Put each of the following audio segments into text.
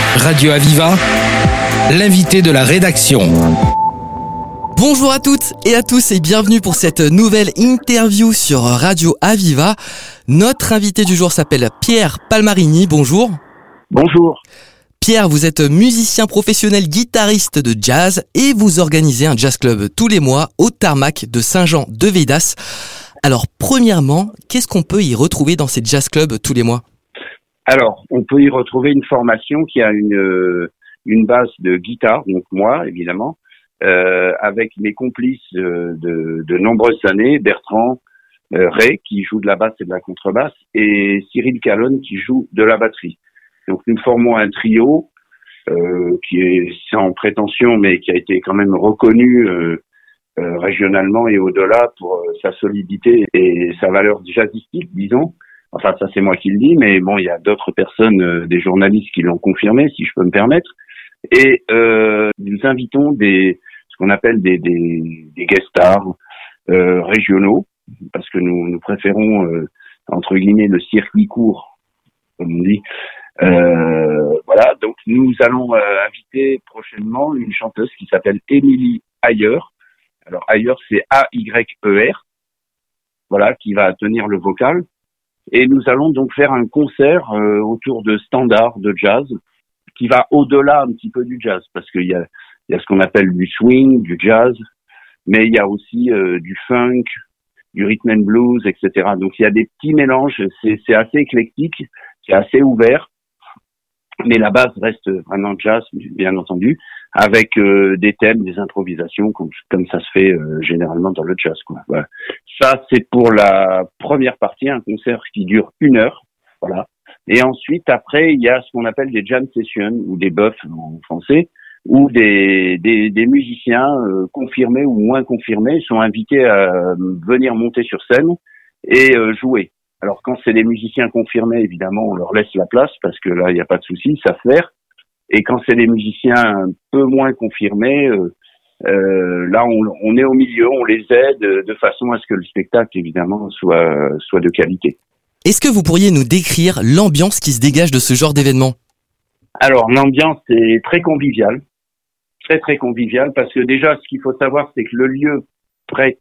Radio Aviva, l'invité de la rédaction. Bonjour à toutes et à tous et bienvenue pour cette nouvelle interview sur Radio Aviva. Notre invité du jour s'appelle Pierre Palmarini. Bonjour. Bonjour. Pierre, vous êtes musicien professionnel guitariste de jazz et vous organisez un jazz club tous les mois au Tarmac de Saint-Jean-de-Védas. Alors, premièrement, qu'est-ce qu'on peut y retrouver dans ces jazz clubs tous les mois ? Alors, on peut y retrouver une formation qui a une base de guitare, donc moi, évidemment, avec mes complices de nombreuses années, Bertrand Ray, qui joue de la basse et de la contrebasse, et Cyril Calonne, qui joue de la batterie. Donc, nous formons un trio qui est sans prétention, mais qui a été quand même reconnu régionalement et au-delà pour sa solidité et sa valeur jazzistique, disons. Enfin, ça c'est moi qui le dis, mais bon, il y a d'autres personnes, des journalistes qui l'ont confirmé, si je peux me permettre. Et nous invitons ce qu'on appelle des guest stars régionaux, parce que nous préférons entre guillemets le circuit court, comme on dit. Voilà, donc nous allons inviter prochainement une chanteuse qui s'appelle Émilie Ayer. Alors Ayer, c'est A-Y-E-R. Voilà, qui va tenir le vocal. Et nous allons donc faire un concert autour de standards de jazz qui va au-delà un petit peu du jazz, parce qu'il y a ce qu'on appelle du swing, du jazz, mais il y a aussi du funk, du rhythm and blues, etc. Donc il y a des petits mélanges, c'est assez éclectique, c'est assez ouvert, mais la base reste vraiment jazz, bien entendu, avec des thèmes, des improvisations, comme ça se fait généralement dans le jazz, quoi. Voilà. Ça, c'est pour la première partie, un concert qui dure 1 heure, voilà. Et ensuite, après, il y a ce qu'on appelle des jam sessions, ou des buffs en français, où des musiciens confirmés ou moins confirmés sont invités à venir monter sur scène et jouer. Alors, quand c'est des musiciens confirmés, évidemment, on leur laisse la place, parce que là, il n'y a pas de souci, ça fait faire. Et quand c'est des musiciens un peu moins confirmés, là on est au milieu, on les aide de façon à ce que le spectacle évidemment soit de qualité. Est-ce que vous pourriez nous décrire l'ambiance qui se dégage de ce genre d'événement ? Alors l'ambiance est très conviviale, très très conviviale, parce que déjà ce qu'il faut savoir c'est que le lieu prête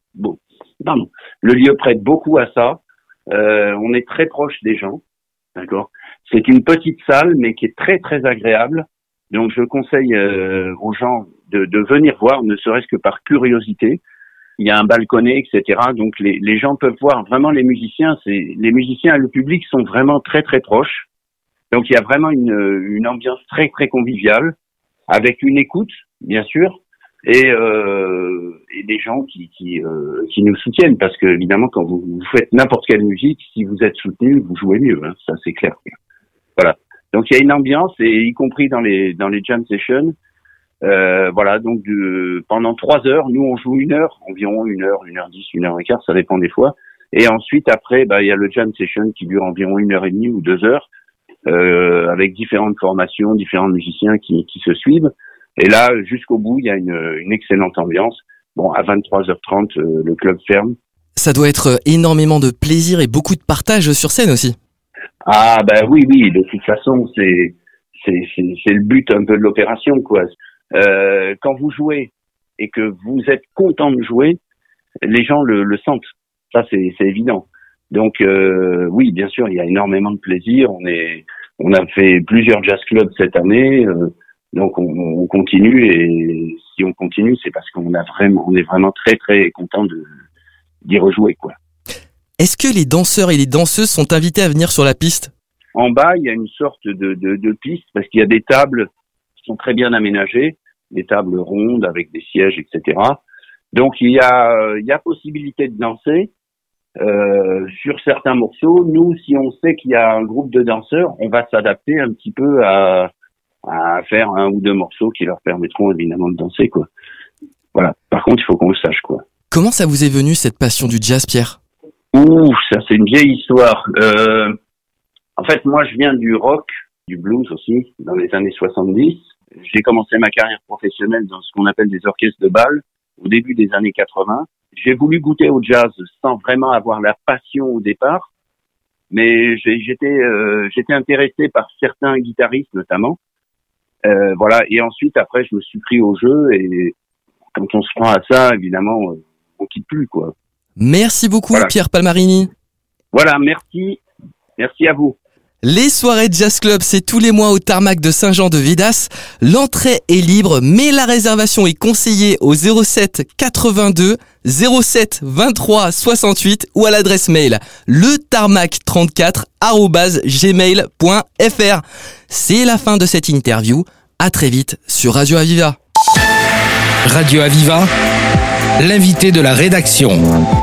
beaucoup à ça. On est très proche des gens, d'accord. C'est une petite salle mais qui est très très agréable. Donc je conseille aux gens de venir voir, ne serait-ce que par curiosité. Il y a un balconnet, etc. Donc les gens peuvent voir vraiment les musiciens. Les musiciens et le public sont vraiment très très proches. Donc il y a vraiment une ambiance très très conviviale, avec une écoute, bien sûr, et des gens qui nous soutiennent, parce que évidemment quand vous faites n'importe quelle musique, si vous êtes soutenu, vous jouez mieux, hein, ça c'est clair. Voilà. Donc il y a une ambiance, et y compris dans les jam sessions. Voilà, donc pendant 3 heures, nous on joue 1 heure, environ 1 heure, 1h10, 1h15, ça dépend des fois. Et ensuite après, il y a le jam session qui dure environ 1h30 ou 2 heures, avec différentes formations, différents musiciens qui se suivent. Et là, jusqu'au bout, il y a une excellente ambiance. Bon, à 23h30, le club ferme. Ça doit être énormément de plaisir et beaucoup de partage sur scène aussi. Ah oui, de toute façon, c'est le but un peu de l'opération, quoi. Quand vous jouez et que vous êtes content de jouer, les gens le sentent. Ça, c'est évident. Donc oui, bien sûr, il y a énormément de plaisir. On a fait plusieurs jazz clubs cette année, donc on continue, et si on continue, c'est parce on est vraiment très très content d'y rejouer, quoi. Est-ce que les danseurs et les danseuses sont invités à venir sur la piste ? En bas, il y a une sorte de piste, parce qu'il y a des tables qui sont très bien aménagées, des tables rondes avec des sièges, etc. Donc il y a possibilité de danser sur certains morceaux. Nous, si on sait qu'il y a un groupe de danseurs, on va s'adapter un petit peu à faire 1 ou 2 morceaux qui leur permettront évidemment de danser, quoi. Voilà. Par contre, il faut qu'on le sache, quoi. Comment ça vous est venu cette passion du jazz, Pierre ? Ouh, ça c'est une vieille histoire. En fait, moi je viens du rock, du blues aussi, dans les années 70. J'ai commencé ma carrière professionnelle dans ce qu'on appelle des orchestres de bal au début des années 80. J'ai voulu goûter au jazz sans vraiment avoir la passion au départ, mais j'étais intéressé par certains guitaristes notamment, Voilà. Et ensuite, après, je me suis pris au jeu et quand on se prend à ça, évidemment, on quitte plus, quoi. Merci beaucoup, Voilà. Pierre Palmarini. Voilà, merci. Merci à vous. Les soirées Jazz Club, c'est tous les mois au Tarmac de Saint-Jean-de-Védas. L'entrée est libre, mais la réservation est conseillée au 07 82 07 23 68 ou à l'adresse mail letarmac34@gmail.fr. C'est la fin de cette interview. À très vite sur Radio Aviva. Radio Aviva, l'invité de la rédaction.